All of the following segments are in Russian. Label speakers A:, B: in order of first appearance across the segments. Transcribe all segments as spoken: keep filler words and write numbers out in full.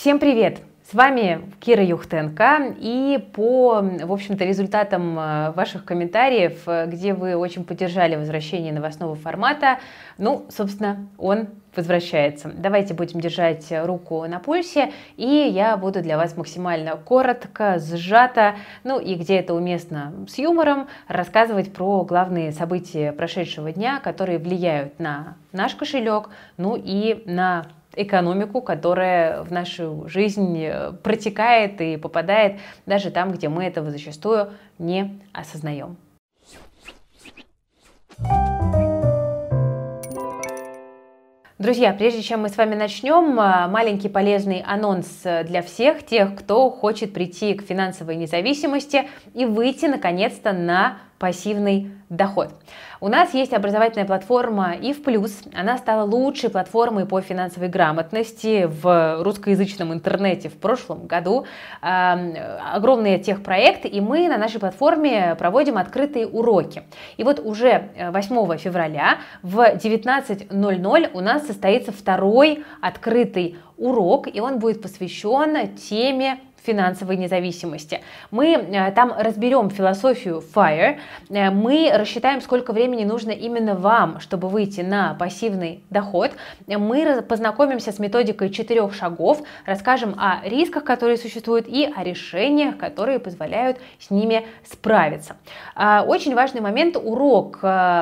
A: Всем привет! С вами Кира Юхтенко, и по, в общем-то, результатам ваших комментариев, где вы очень поддержали возвращение новостного формата, ну, собственно, он возвращается. Давайте будем держать руку на пульсе, и я буду для вас максимально коротко, сжато, ну и где это уместно, с юмором, рассказывать про главные события прошедшего дня, которые влияют на наш кошелек, ну и на экономику, которая в нашу жизнь протекает и попадает даже там, где мы этого зачастую не осознаем. Друзья, прежде чем мы с вами начнем, маленький полезный анонс для всех тех, кто хочет прийти к финансовой независимости и выйти наконец-то на пассивный доход. У нас есть образовательная платформа ай эф плюс. Она стала лучшей платформой по финансовой грамотности в русскоязычном интернете в прошлом году. Огромный техпроект, и мы на нашей платформе проводим открытые уроки. И вот уже восьмого февраля в девятнадцать ноль ноль у нас состоится второй открытый урок, и он будет посвящен теме финансовой независимости. Мы там разберем философию файр, мы рассчитаем, сколько времени нужно именно вам, чтобы выйти на пассивный доход. Мы познакомимся с методикой четырех шагов, расскажем о рисках, которые существуют, и о решениях, которые позволяют с ними справиться. Очень важный момент: урок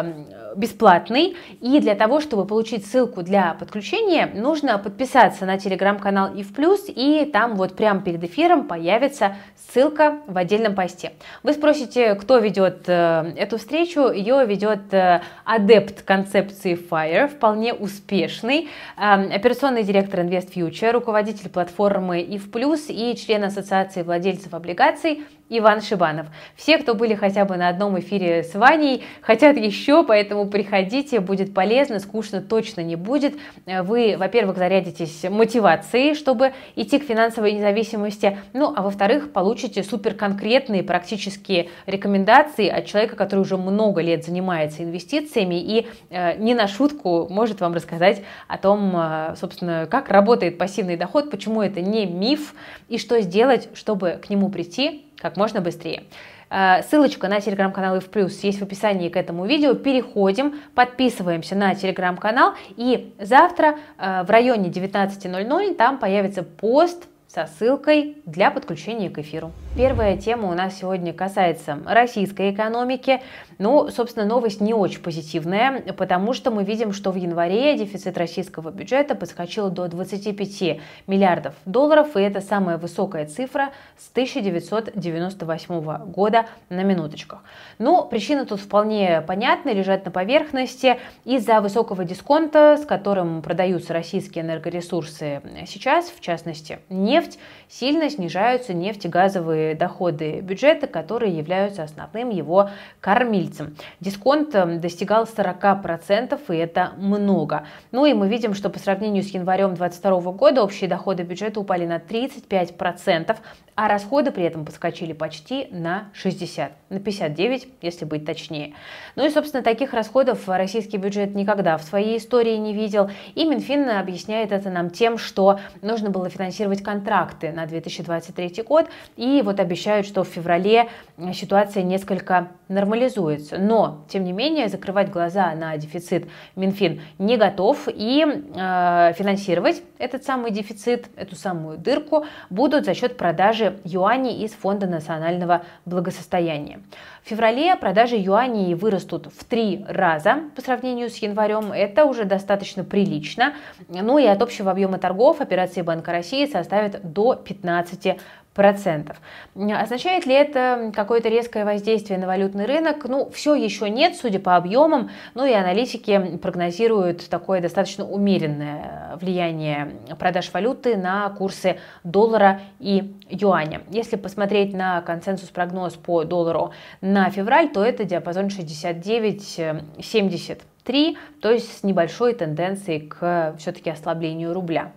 A: бесплатный, и для того, чтобы получить ссылку для подключения, нужно подписаться на телеграм-канал ай эф плюс, и там вот прямо перед эфиром появится ссылка в отдельном посте. Вы спросите, кто ведет э, эту встречу? Ее ведет э, адепт концепции файр, вполне успешный, э, операционный директор InvestFuture, руководитель платформы ай эф плюс и член ассоциации владельцев облигаций Иван Шибанов. Все, кто были хотя бы на одном эфире с Ваней, хотят еще, поэтому приходите, будет полезно, скучно точно не будет. Вы, во-первых, зарядитесь мотивацией, чтобы идти к финансовой независимости, ну, а во-вторых, получите суперконкретные практические рекомендации от человека, который уже много лет занимается инвестициями и э, не на шутку может вам рассказать о том, э, собственно, как работает пассивный доход, почему это не миф и что сделать, чтобы к нему прийти как можно быстрее. Ссылочка на телеграм-канал ай эф плюс есть в описании к этому видео. Переходим, подписываемся на телеграм-канал, и завтра в районе девятнадцати ноль ноль там появится пост со ссылкой для подключения к эфиру. Первая тема у нас сегодня касается российской экономики. Ну, собственно, новость не очень позитивная, потому что мы видим, что в январе дефицит российского бюджета подскочил до двадцати пяти миллиардов долларов, и это самая высокая цифра с тысяча девятьсот девяносто восьмого года, на минуточках. Но причины тут вполне понятны, лежат на поверхности. Из-за высокого дисконта, с которым продаются российские энергоресурсы сейчас, в частности, нефть, сильно снижаются нефтегазовые доходы бюджета, которые являются основным его кормильцем. Дисконт достигал сорока процентов, и это много. Ну и мы видим, что по сравнению с январем две тысячи двадцать второго года общие доходы бюджета упали на тридцать пять процентов, а расходы при этом подскочили почти на шестьдесят процентов, на пятьдесят девять процентов, если быть точнее. Ну и, собственно, таких расходов российский бюджет никогда в своей истории не видел, и Минфин объясняет это нам тем, что нужно было финансировать контракты на две тысячи двадцать третий год, и вот обещают, что в феврале ситуация несколько нормализуется. Но, тем не менее, закрывать глаза на дефицит Минфин не готов, и э, финансировать этот самый дефицит, эту самую дырку, будут за счет продажи юаней из Фонда национального благосостояния. В феврале продажи юаней вырастут в три раза по сравнению с январем. Это уже достаточно прилично. Ну и от общего объема торгов операции Банка России составят до пятнадцати процентов. Означает ли это какое-то резкое воздействие на валютный рынок? Ну, все еще нет, судя по объемам. Ну и аналитики прогнозируют такое достаточно умеренное влияние продаж валюты на курсы доллара и юаня. Если посмотреть на консенсус-прогноз по доллару на февраль, то это диапазон шестьдесят девять семьдесят три, то есть с небольшой тенденцией к все-таки ослаблению рубля.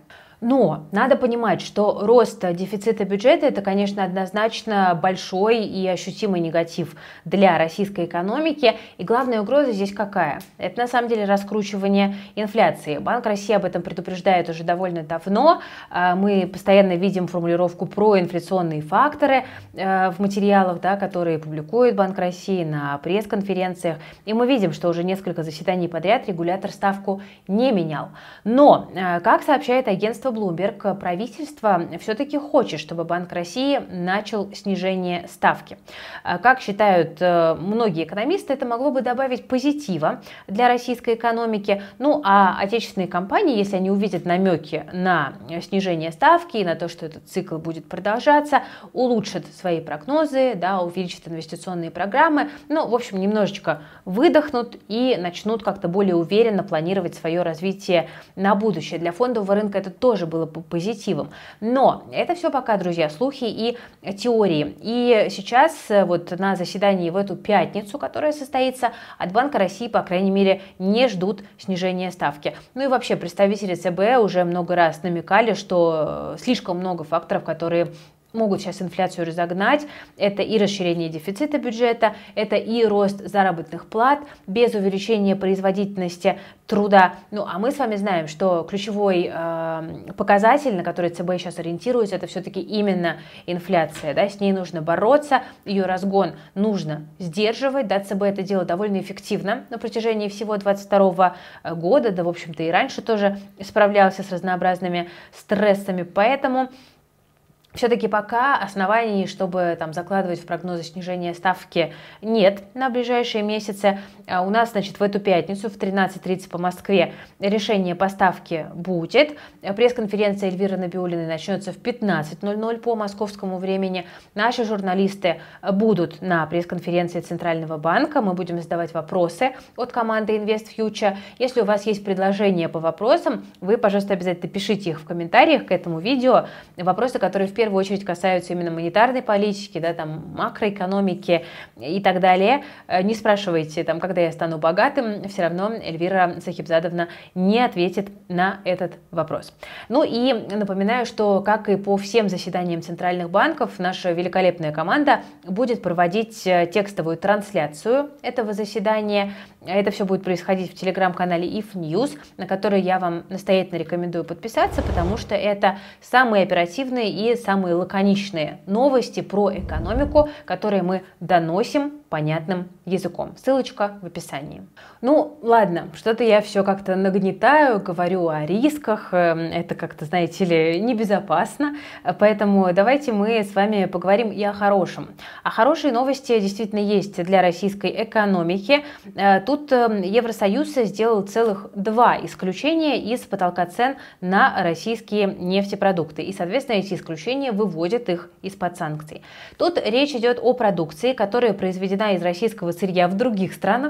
A: Но надо понимать, что рост дефицита бюджета – это, конечно, однозначно большой и ощутимый негатив для российской экономики. И главная угроза здесь какая? Это на самом деле раскручивание инфляции. Банк России об этом предупреждает уже довольно давно. Мы постоянно видим формулировку проинфляционные факторы в материалах, да, которые публикует Банк России на пресс-конференциях. И мы видим, что уже несколько заседаний подряд регулятор ставку не менял. Но, как сообщает агентство Bloomberg, правительство все-таки хочет, чтобы Банк России начал снижение ставки. Как считают многие экономисты, это могло бы добавить позитива для российской экономики. Ну а отечественные компании, если они увидят намеки на снижение ставки и на то, что этот цикл будет продолжаться, улучшат свои прогнозы, да, увеличат инвестиционные программы, ну, в общем, немножечко выдохнут и начнут как-то более уверенно планировать свое развитие на будущее. Для фондового рынка это тоже было позитивом. Но это все пока, друзья, слухи и теории. И сейчас вот на заседании в эту пятницу, которая состоится, от Банка России, по крайней мере, не ждут снижения ставки. Ну и вообще представители ЦБ уже много раз намекали, что слишком много факторов, которые могут сейчас инфляцию разогнать. Это и расширение дефицита бюджета, это и рост заработных плат без увеличения производительности труда. Ну, а мы с вами знаем, что ключевой э, показатель, на который ЦБ сейчас ориентируется, это все-таки именно инфляция. Да? С ней нужно бороться, ее разгон нужно сдерживать. Да? ЦБ это делает довольно эффективно на протяжении всего две тысячи двадцать второго года, да, в общем-то, и раньше тоже справлялся с разнообразными стрессами. Поэтому все-таки пока оснований, чтобы там закладывать в прогнозы снижения ставки, нет на ближайшие месяцы. У нас, значит, в эту пятницу в тринадцать тридцать по Москве решение по ставке будет. Пресс-конференция Эльвиры Набиуллиной начнется в пятнадцать ноль ноль по московскому времени. Наши журналисты будут на пресс-конференции Центрального банка. Мы будем задавать вопросы от команды InvestFuture. Если у вас есть предложения по вопросам, вы, пожалуйста, обязательно пишите их в комментариях к этому видео. Вопросы, которые в первую В первую очередь касаются именно монетарной политики, да, там, макроэкономики и так далее. Не спрашивайте, там, когда я стану богатым, все равно Эльвира Сахибзадовна не ответит на этот вопрос. Ну и напоминаю, что, как и по всем заседаниям центральных банков, наша великолепная команда будет проводить текстовую трансляцию этого заседания. Это все будет происходить в телеграм-канале ай эф News, на который я вам настоятельно рекомендую подписаться, потому что это самые оперативные и самые самые лаконичные новости про экономику, которые мы доносим понятным языком. Ссылочка в описании. Ну, ладно, что-то я все как-то нагнетаю, говорю о рисках, это как-то, знаете ли, небезопасно, поэтому давайте мы с вами поговорим и о хорошем. А хорошие новости действительно есть для российской экономики. Тут Евросоюз сделал целых два исключения из потолка цен на российские нефтепродукты, и, соответственно, эти исключения выводят их из-под санкций. Тут речь идет о продукции, которая произведена из российского сырья в других странах,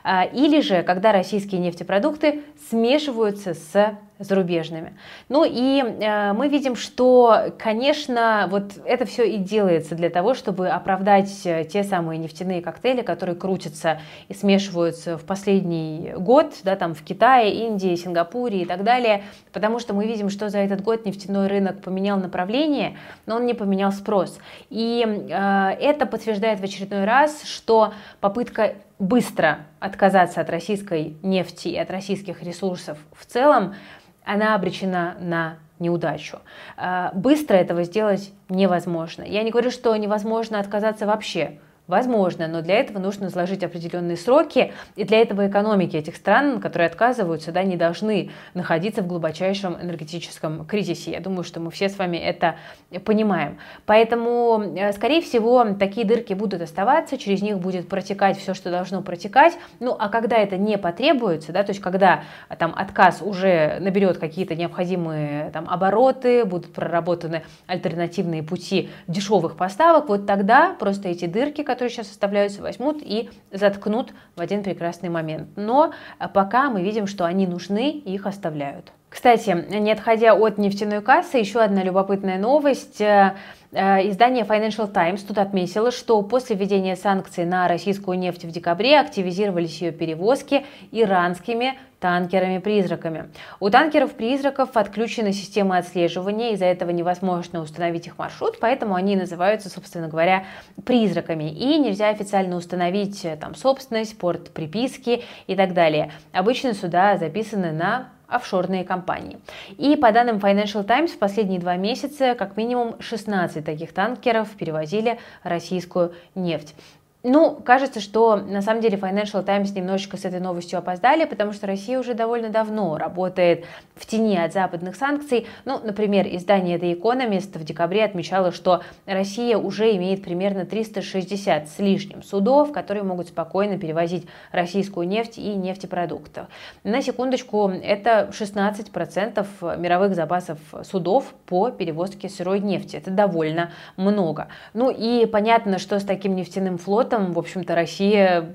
A: или же когда российские нефтепродукты смешиваются с зарубежными. Ну и э, мы видим, что, конечно, вот это все и делается для того, чтобы оправдать те самые нефтяные коктейли, которые крутятся и смешиваются в последний год, да, там в Китае, Индии, Сингапуре и так далее, потому что мы видим, что за этот год нефтяной рынок поменял направление, но он не поменял спрос. И э, это подтверждает в очередной раз, что попытка быстро отказаться от российской нефти и от российских ресурсов в целом, она обречена на неудачу. Быстро этого сделать невозможно. Я не говорю, что невозможно отказаться вообще. Возможно, но для этого нужно заложить определенные сроки, и для этого экономики этих стран, которые отказываются, да, не должны находиться в глубочайшем энергетическом кризисе. Я думаю, что мы все с вами это понимаем. Поэтому, скорее всего, такие дырки будут оставаться, через них будет протекать все, что должно протекать. Ну, а когда это не потребуется, да, то есть когда там отказ уже наберет какие-то необходимые там обороты, будут проработаны альтернативные пути дешевых поставок, вот тогда просто эти дырки, которые которые сейчас оставляются, возьмут и заткнут в один прекрасный момент. Но пока мы видим, что они нужны и их оставляют. Кстати, не отходя от нефтяной кассы, еще одна любопытная новость. Издание Financial Times тут отметило, что после введения санкций на российскую нефть в декабре активизировались ее перевозки иранскими танкерами-призраками. У танкеров-призраков отключены системы отслеживания, из-за этого невозможно установить их маршрут, поэтому они называются, собственно говоря, призраками. И нельзя официально установить там собственность, порт приписки и так далее. Обычно суда записаны на офшорные компании. И по данным Financial Times, в последние два месяца как минимум шестнадцать таких танкеров перевозили российскую нефть. Ну, кажется, что на самом деле Financial Times немножечко с этой новостью опоздали, потому что Россия уже довольно давно работает в тени от западных санкций. Ну, например, издание The Economist в декабре отмечало, что Россия уже имеет примерно триста шестьдесят с лишним судов, которые могут спокойно перевозить российскую нефть и нефтепродукты. На секундочку, это шестнадцать процентов мировых запасов судов по перевозке сырой нефти. Это довольно много. Ну и понятно, что с таким нефтяным флотом в общем-то, Россия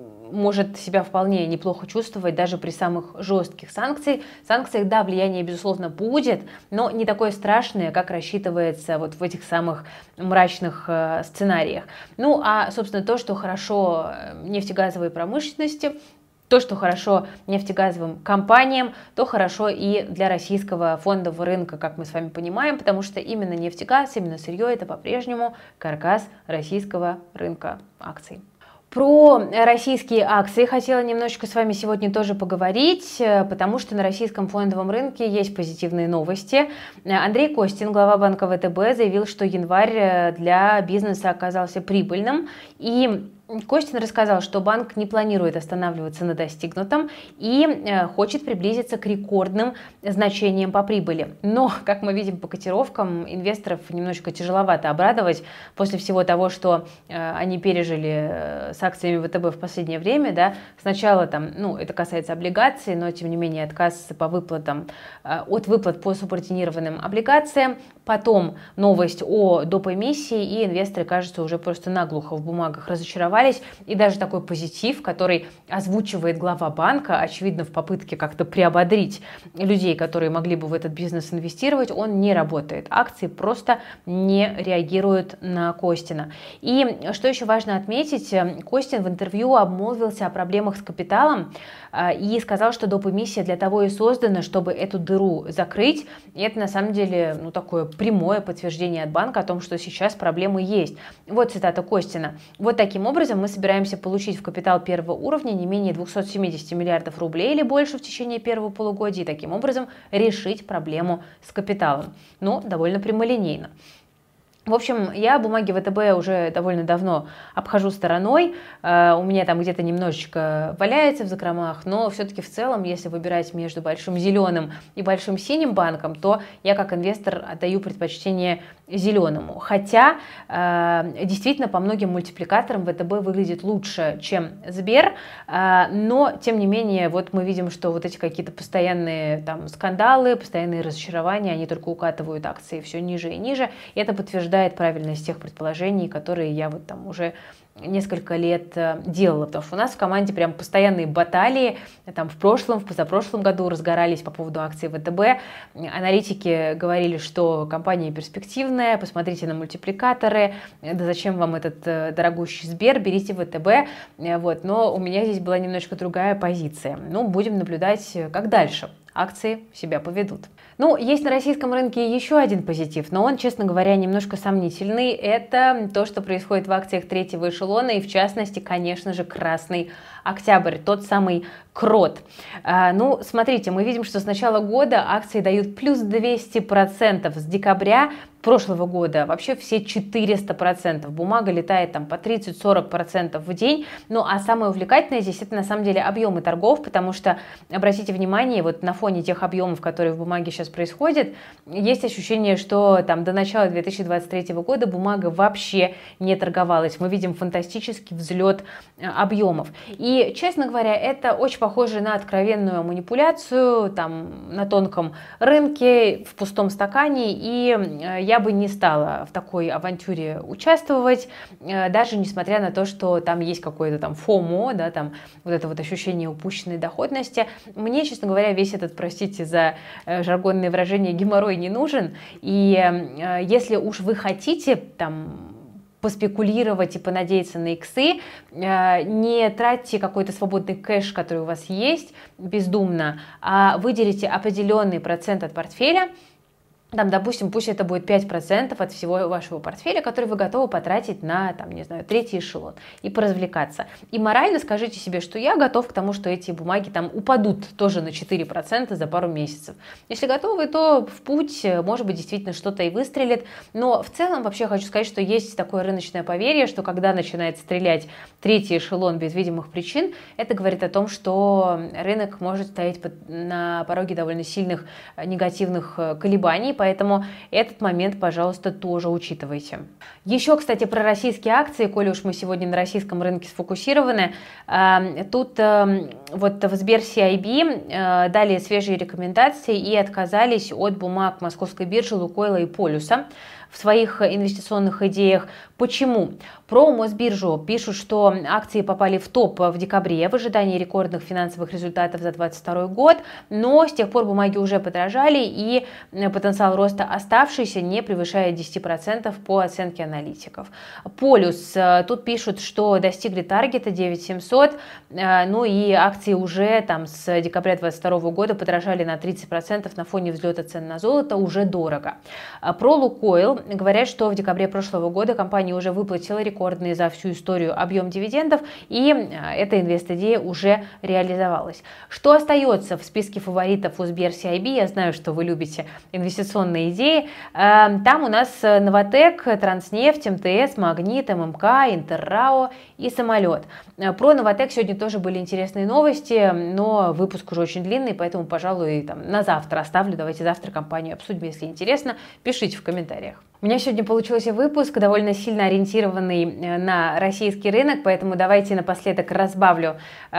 A: может себя вполне неплохо чувствовать даже при самых жестких санкциях. Санкциях, да, влияние, безусловно, будет, но не такое страшное, как рассчитывается вот в этих самых мрачных э, сценариях. Ну, а, собственно, то, что хорошо нефтегазовой промышленности, то, что хорошо нефтегазовым компаниям, то хорошо и для российского фондового рынка, как мы с вами понимаем, потому что именно нефтегаз, именно сырье – это по-прежнему каркас российского рынка акций. Про российские акции хотела немножечко с вами сегодня тоже поговорить, потому что на российском фондовом рынке есть позитивные новости. Андрей Костин, глава банка ВТБ, заявил, что январь для бизнеса оказался прибыльным, и Костин рассказал, что банк не планирует останавливаться на достигнутом и э, хочет приблизиться к рекордным значениям по прибыли. Но, как мы видим по котировкам, инвесторов немножечко тяжеловато обрадовать после всего того, что э, они пережили э, с акциями ВТБ в последнее время. Да. Сначала там, ну, это касается облигаций, но тем не менее отказ по выплатам, э, от выплат по субординированным облигациям. Потом новость о доп. Эмиссии, и инвесторы, кажется, уже просто наглухо в бумагах разочаровались. И даже такой позитив, который озвучивает глава банка, очевидно, в попытке как-то приободрить людей, которые могли бы в этот бизнес инвестировать, он не работает. Акции просто не реагируют на Костина. И что еще важно отметить, Костин в интервью обмолвился о проблемах с капиталом и сказал, что доп. Эмиссия для того и создана, чтобы эту дыру закрыть. И это на самом деле ну, такое прямое подтверждение от банка о том, что сейчас проблемы есть. Вот цитата Костина. Вот таким образом мы собираемся получить в капитал первого уровня не менее двухсот семидесяти миллиардов рублей или больше в течение первого полугодия, и таким образом решить проблему с капиталом. Ну, довольно прямолинейно. В общем, я бумаги ВТБ уже довольно давно обхожу стороной, у меня там где-то немножечко валяется в закромах, но все-таки в целом, если выбирать между большим зеленым и большим синим банком, то я как инвестор отдаю предпочтение зеленому. Хотя действительно по многим мультипликаторам ВТБ выглядит лучше, чем Сбер, но тем не менее вот мы видим, что вот эти какие-то постоянные там скандалы, постоянные разочарования, они только укатывают акции все ниже и ниже, и это подтверждает правильность тех предположений, которые я вот там уже несколько лет делала, потому что у нас в команде прям постоянные баталии, там в прошлом, в позапрошлом году разгорались по поводу акций ВТБ, аналитики говорили, что компания перспективная, посмотрите на мультипликаторы, да зачем вам этот дорогущий Сбер, берите ВТБ, вот, но у меня здесь была немножко другая позиция, ну, будем наблюдать, как дальше акции себя поведут. Ну, есть на российском рынке еще один позитив, но он, честно говоря, немножко сомнительный. Это то, что происходит в акциях третьего эшелона, и в частности, конечно же, Красный Октябрь, тот самый КРОТ. А, ну, смотрите, мы видим, что с начала года акции дают плюс двести процентов, с декабря прошлого года вообще все четыреста процентов. Бумага летает там по тридцать-сорок процентов в день. Ну, а самое увлекательное здесь это на самом деле объемы торгов, потому что, обратите внимание, вот на фоне тех объемов, которые в бумаге сейчас происходят, есть ощущение, что там до начала две тысячи двадцать третьего года бумага вообще не торговалась. Мы видим фантастический взлет объемов. И И, честно говоря, это очень похоже на откровенную манипуляцию там, на тонком рынке, в пустом стакане, и я бы не стала в такой авантюре участвовать, даже несмотря на то, что там есть какое-то там фомо, да, там вот это вот ощущение упущенной доходности. Мне, честно говоря, весь этот, простите за жаргонное выражение, геморрой не нужен, и если уж вы хотите там поспекулировать и понадеяться на иксы, не тратьте какой-то свободный кэш, который у вас есть, бездумно, а выделите определенный процент от портфеля. Там, допустим, пусть это будет пять процентов от всего вашего портфеля, который вы готовы потратить на, там, не знаю, третий эшелон и поразвлекаться. И морально скажите себе, что я готов к тому, что эти бумаги там упадут тоже на четыре процента за пару месяцев. Если готовы, то в путь, может быть, действительно что-то и выстрелит. Но в целом вообще хочу сказать, что есть такое рыночное поверье, что когда начинает стрелять третий эшелон без видимых причин, это говорит о том, что рынок может стоять на пороге довольно сильных негативных колебаний. Поэтому этот момент, пожалуйста, тоже учитывайте. Еще, кстати, про российские акции, коли уж мы сегодня на российском рынке сфокусированы. Тут вот в Сбер си ай би дали свежие рекомендации и отказались от бумаг Московской биржи, Лукойла и Полюса в своих инвестиционных идеях. Почему? Про Мосбиржу пишут, что акции попали в топ в декабре в ожидании рекордных финансовых результатов за две тысячи двадцать второй год, но с тех пор бумаги уже подорожали, и потенциал роста оставшийся не превышает десять процентов по оценке аналитиков. Полюс, тут пишут, что достигли таргета девять тысяч семьсот, ну и акции уже там с декабря две тысячи двадцать второго года подорожали на тридцать процентов на фоне взлета цен на золото, уже дорого. Про Лукойл говорят, что в декабре прошлого года компания уже выплатила рекордный за всю историю объем дивидендов, и эта инвест-идея уже реализовалась. Что остается в списке фаворитов у Сбер си ай би? Я знаю, что вы любите инвестиционные идеи. Там у нас Новатэк, Транснефть, эм тэ эс, Магнит, эм эм ка, Интеррао и Самолет. Про Новатэк сегодня тоже были интересные новости, но выпуск уже очень длинный, поэтому, пожалуй, там, на завтра оставлю. Давайте завтра компанию обсудим, если интересно. Пишите в комментариях. У меня сегодня получился выпуск, довольно сильно ориентированный на российский рынок, поэтому давайте напоследок разбавлю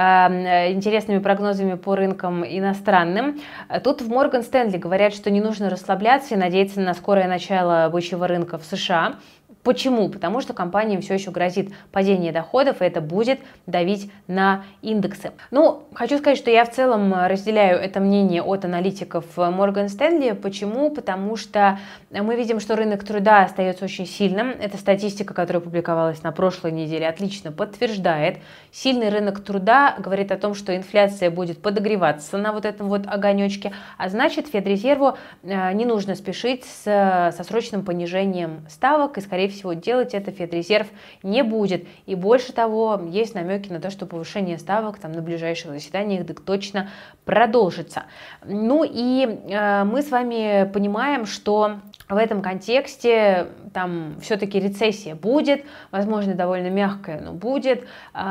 A: э, интересными прогнозами по рынкам иностранным. Тут в Морган Стэнли говорят, что не нужно расслабляться и надеяться на скорое начало бычьего рынка в США. Почему? Потому что компаниям все еще грозит падение доходов, и это будет давить на индексы. Ну, хочу сказать, что я в целом разделяю это мнение от аналитиков Morgan Stanley. Почему? Потому что мы видим, что рынок труда остается очень сильным. Эта статистика, которая публиковалась на прошлой неделе, отлично подтверждает. Сильный рынок труда говорит о том, что инфляция будет подогреваться на вот этом вот огонечке, а значит, Федрезерву не нужно спешить с, со срочным понижением ставок, и, скорее всего, делать это Федрезерв не будет. И больше того, есть намеки на то, что повышение ставок там на ближайших заседаниях так точно продолжится. Ну и э, мы с вами понимаем, что в этом контексте там все-таки рецессия будет, возможно, довольно мягкая, но будет.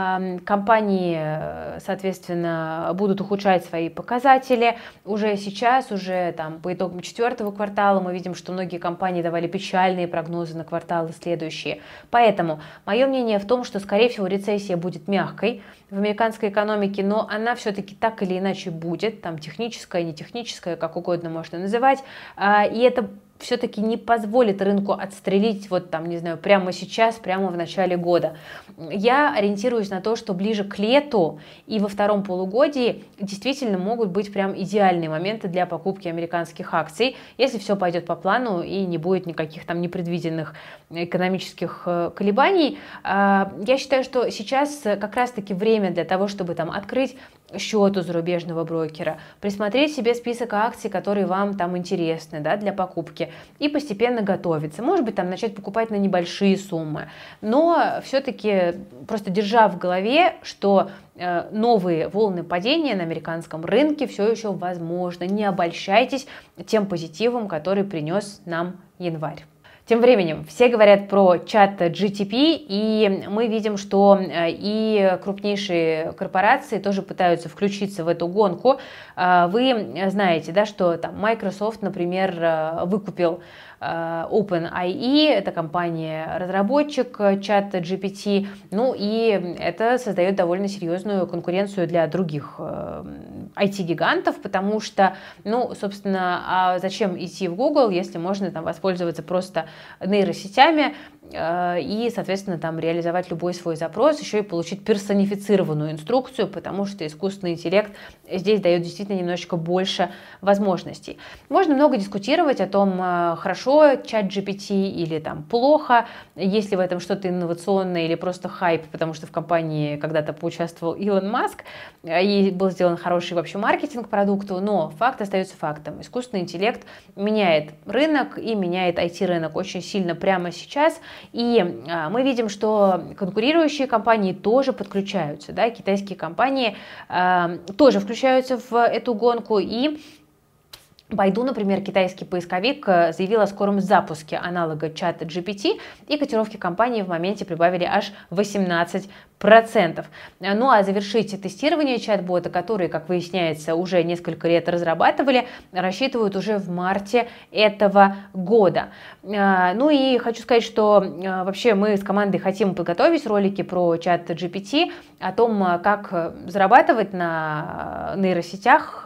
A: Компании, соответственно, будут ухудшать свои показатели. Уже сейчас, уже там по итогам четвертого квартала мы видим, что многие компании давали печальные прогнозы на кварталы следующие. Поэтому мое мнение в том, что, скорее всего, рецессия будет мягкой в американской экономике, но она все-таки так или иначе будет, там техническая, не техническая, как угодно можно называть, и это все-таки не позволит рынку отстрелить вот там, не знаю, прямо сейчас, прямо в начале года. Я ориентируюсь на то, что ближе к лету и во втором полугодии действительно могут быть прям идеальные моменты для покупки американских акций, если все пойдет по плану и не будет никаких там непредвиденных экономических колебаний. Я считаю, что сейчас как раз-таки время для того, чтобы там открыть счет у зарубежного брокера, присмотреть себе список акций, которые вам там интересны, да, для покупки, и постепенно готовиться. Может быть, там начать покупать на небольшие суммы, но все-таки просто держа в голове, что э, новые волны падения на американском рынке все еще возможны. Не обольщайтесь тем позитивом, который принес нам январь. Тем временем все говорят про чат джи ти пи, и мы видим, что и крупнейшие корпорации тоже пытаются включиться в эту гонку. Вы знаете, да, что там Microsoft, например, выкупил OpenAI, это компания-разработчик чат джи пи ти, ну и это создает довольно серьезную конкуренцию для других ай ти-гигантов, потому что, ну, собственно, а зачем идти в Google, если можно там воспользоваться просто нейросетями и, соответственно, там реализовать любой свой запрос, еще и получить персонифицированную инструкцию, потому что искусственный интеллект здесь дает действительно немножечко больше возможностей. Можно много дискутировать о том, хорошо чат джи пи ти или там плохо, есть ли в этом что-то инновационное или просто хайп, потому что в компании когда-то поучаствовал Илон Маск и был сделан хороший вообще маркетинг продукту, но факт остается фактом. Искусственный интеллект меняет рынок и меняет ай ти-рынок очень сильно прямо сейчас. И мы видим, что конкурирующие компании тоже подключаются, да, китайские компании э, тоже включаются в эту гонку, и Байду, например, китайский поисковик заявил о скором запуске аналога чат джи пи ти, и котировки компании в моменте прибавили аж восемнадцать процентов. Ну а завершить тестирование чат-бота, который, как выясняется, уже несколько лет разрабатывали, рассчитывают уже в марте этого года. Ну и хочу сказать, что вообще мы с командой хотим подготовить ролики про чат джи пи ти, о том, как зарабатывать на нейросетях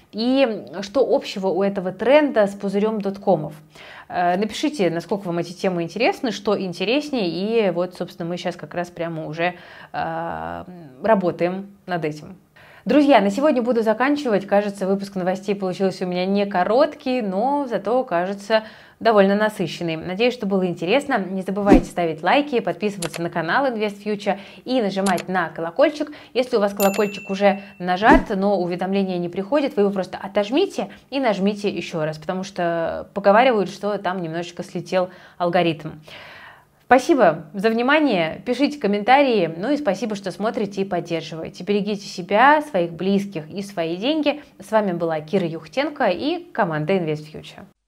A: и что общего у этого тренда с пузырем доткомов. Напишите, насколько вам эти темы интересны, что интереснее, и вот, собственно, мы сейчас как раз прямо уже э, работаем над этим. Друзья, на сегодня буду заканчивать. Кажется, выпуск новостей получился у меня не короткий, но зато, кажется, довольно насыщенный. Надеюсь, что было интересно. Не забывайте ставить лайки, подписываться на канал InvestFuture и нажимать на колокольчик. Если у вас колокольчик уже нажат, но уведомления не приходят, вы его просто отожмите и нажмите еще раз, потому что поговаривают, что там немножечко слетел алгоритм. Спасибо за внимание, пишите комментарии, ну и спасибо, что смотрите и поддерживаете. Берегите себя, своих близких и свои деньги. С вами была Кира Юхтенко и команда InvestFuture.